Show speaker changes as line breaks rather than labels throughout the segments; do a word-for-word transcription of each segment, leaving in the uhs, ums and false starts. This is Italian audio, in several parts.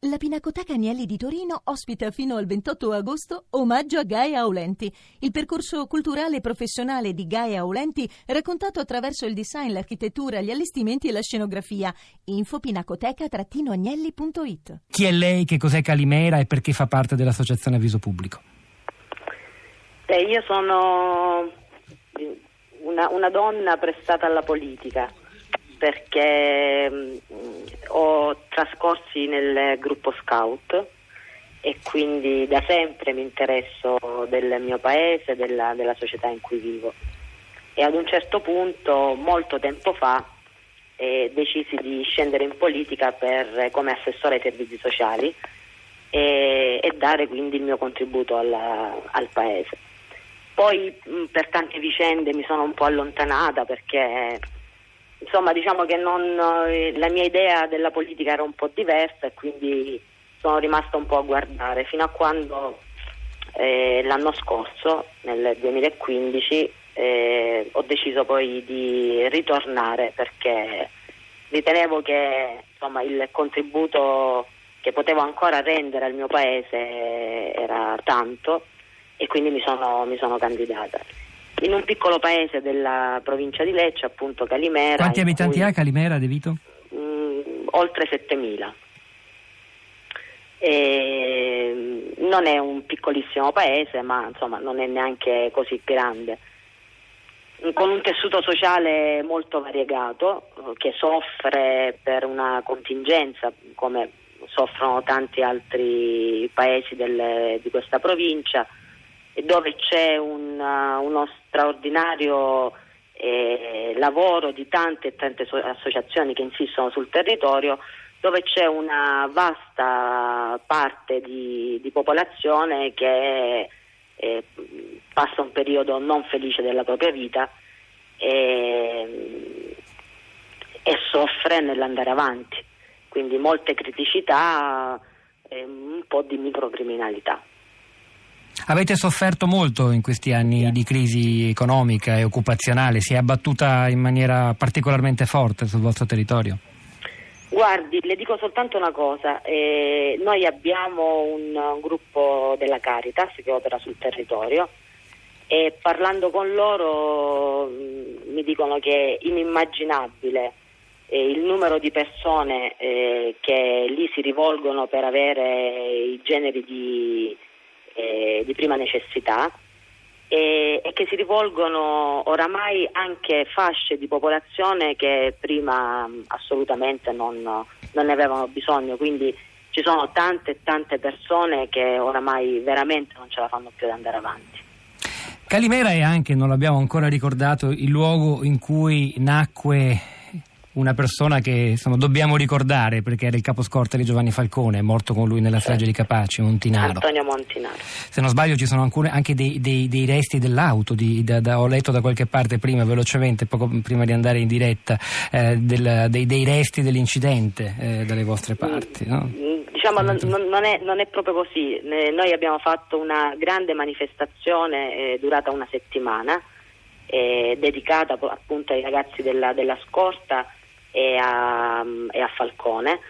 La Pinacoteca Agnelli di Torino ospita fino al ventotto agosto Omaggio a Gaia Aulenti, il percorso culturale e professionale di Gaia Aulenti raccontato attraverso il design, l'architettura, gli allestimenti e la scenografia. Info pinacoteca agnelli punto it.
Chi è lei, che cos'è Calimera e perché fa parte dell'Associazione Avviso Pubblico?
Beh, io sono una, una donna prestata alla politica, perché mh, ho trascorsi nel gruppo scout e quindi da sempre mi interesso del mio paese, della, della società in cui vivo, e ad un certo punto, molto tempo fa, eh, decisi di scendere in politica per, come assessore ai servizi sociali e, e dare quindi il mio contributo alla, al paese. Poi mh, per tante vicende mi sono un po' allontanata perché insomma diciamo che non, la mia idea della politica era un po' diversa e quindi sono rimasta un po' a guardare fino a quando eh, l'anno scorso, nel duemilaquindici, eh, ho deciso poi di ritornare perché ritenevo che insomma il contributo che potevo ancora rendere al mio paese era tanto e quindi mi sono, mi sono candidata. In un piccolo paese della provincia di Lecce, appunto Calimera.
Quanti abitanti
cui,
ha Calimera, De Vito?
Mh, oltre settemila. E non è un piccolissimo paese, ma insomma non è neanche così grande. Con un tessuto sociale molto variegato, che soffre per una contingenza, come soffrono tanti altri paesi del, di questa provincia, dove c'è un, uh, uno straordinario eh, lavoro di tante e tante so- associazioni che insistono sul territorio, dove c'è una vasta parte di, di popolazione che eh, passa un periodo non felice della propria vita e, e soffre nell'andare avanti, quindi molte criticità e un po' di microcriminalità.
Avete sofferto molto in questi anni yeah. di crisi economica e occupazionale, si è abbattuta in maniera particolarmente forte sul vostro territorio?
Guardi, le dico soltanto una cosa, eh, noi abbiamo un, un gruppo della Caritas che opera sul territorio e parlando con loro mh, mi dicono che è inimmaginabile eh, il numero di persone eh, che lì si rivolgono per avere i generi di di prima necessità e, e che si rivolgono oramai anche fasce di popolazione che prima assolutamente non, non ne avevano bisogno, quindi ci sono tante e tante persone che oramai veramente non ce la fanno più ad andare avanti.
Calimera è anche, non l'abbiamo ancora ricordato, il luogo in cui nacque una persona che insomma dobbiamo ricordare perché era il caposcorta di Giovanni Falcone, è morto con lui nella strage di Capaci, Montinaro.
Antonio Montinaro.
Se non sbaglio ci sono ancora anche dei, dei, dei resti dell'auto, di, da, da, ho letto da qualche parte prima velocemente, poco prima di andare in diretta, eh, del, dei, dei resti dell'incidente eh, dalle vostre parti. No?
Diciamo non, non, è, non è proprio così, eh, noi abbiamo fatto una grande manifestazione eh, durata una settimana eh, dedicata appunto ai ragazzi della, della scorta e a, e a Falcone,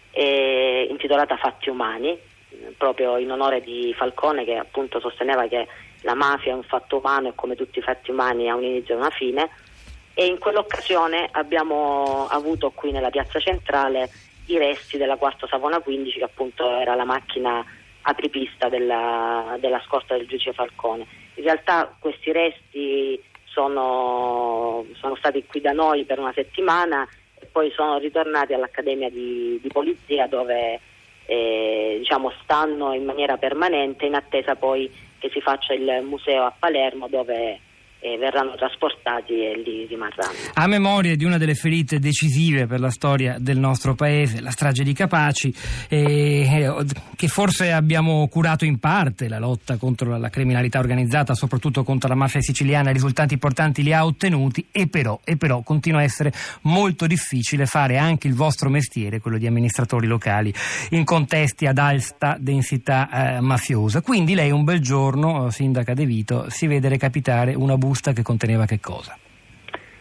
e intitolata Fatti Umani, proprio in onore di Falcone, che appunto sosteneva che la mafia è un fatto umano e come tutti i fatti umani ha un inizio e una fine, e in quell'occasione abbiamo avuto qui nella piazza centrale i resti della Quarto Savona quindici, che appunto era la macchina apripista della, della scorta del giudice Falcone. In realtà questi resti sono, sono stati qui da noi per una settimana e poi sono ritornati all'Accademia di, di Polizia, dove eh, diciamo stanno in maniera permanente in attesa poi che si faccia il museo a Palermo, dove e verranno trasportati e lì rimarranno.
A memoria di una delle ferite decisive per la storia del nostro paese, la strage di Capaci, eh, che forse abbiamo curato in parte, la lotta contro la criminalità organizzata, soprattutto contro la mafia siciliana, risultati importanti li ha ottenuti, e però, e però continua a essere molto difficile fare anche il vostro mestiere, quello di amministratori locali, in contesti ad alta densità eh, mafiosa. Quindi lei un bel giorno, sindaca De Vito, si vede recapitare una busta che conteneva che cosa?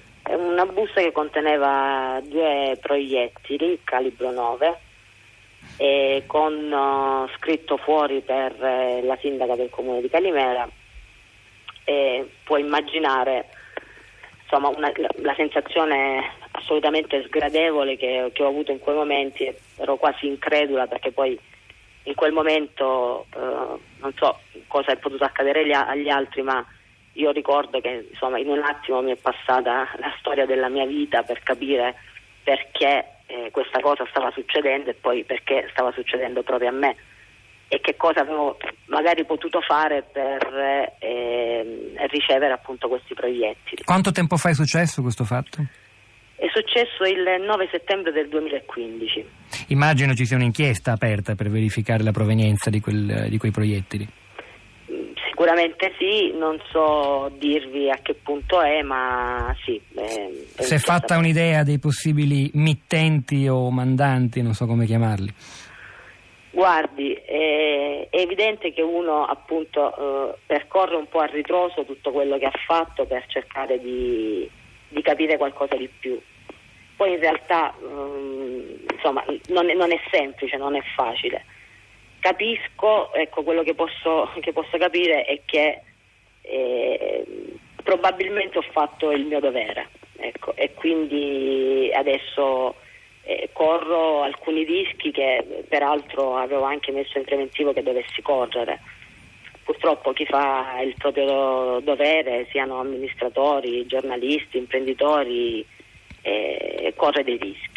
Una busta che conteneva due proiettili calibro nove e con uh, scritto fuori per eh, la sindaca del comune di Calimera, e puoi immaginare insomma una, la, la sensazione assolutamente sgradevole che, che ho avuto in quei momenti. Ero quasi incredula, perché poi in quel momento uh, non so cosa è potuto accadere agli, agli altri, ma io ricordo che insomma in un attimo mi è passata la storia della mia vita per capire perché eh, questa cosa stava succedendo, e poi perché stava succedendo proprio a me, e che cosa avevo magari potuto fare per eh, ricevere appunto questi proiettili.
Quanto tempo fa è successo questo fatto?
È successo il nove settembre del duemilaquindici.
Immagino ci sia un'inchiesta aperta per verificare la provenienza di, quel, di quei proiettili.
Sicuramente sì, non so dirvi a che punto è, ma sì. Eh,
Si è fatta un'idea dei possibili mittenti o mandanti, non so come chiamarli?
Guardi, è, è evidente che uno appunto eh, percorre un po' a ritroso tutto quello che ha fatto per cercare di, di capire qualcosa di più. Poi in realtà um, insomma non è, non è semplice, non è facile. Capisco, ecco, quello che posso, che posso capire è che eh, probabilmente ho fatto il mio dovere, ecco, e quindi adesso eh, corro alcuni rischi che peraltro avevo anche messo in preventivo che dovessi correre. Purtroppo chi fa il proprio dovere, siano amministratori, giornalisti, imprenditori, eh, corre dei rischi.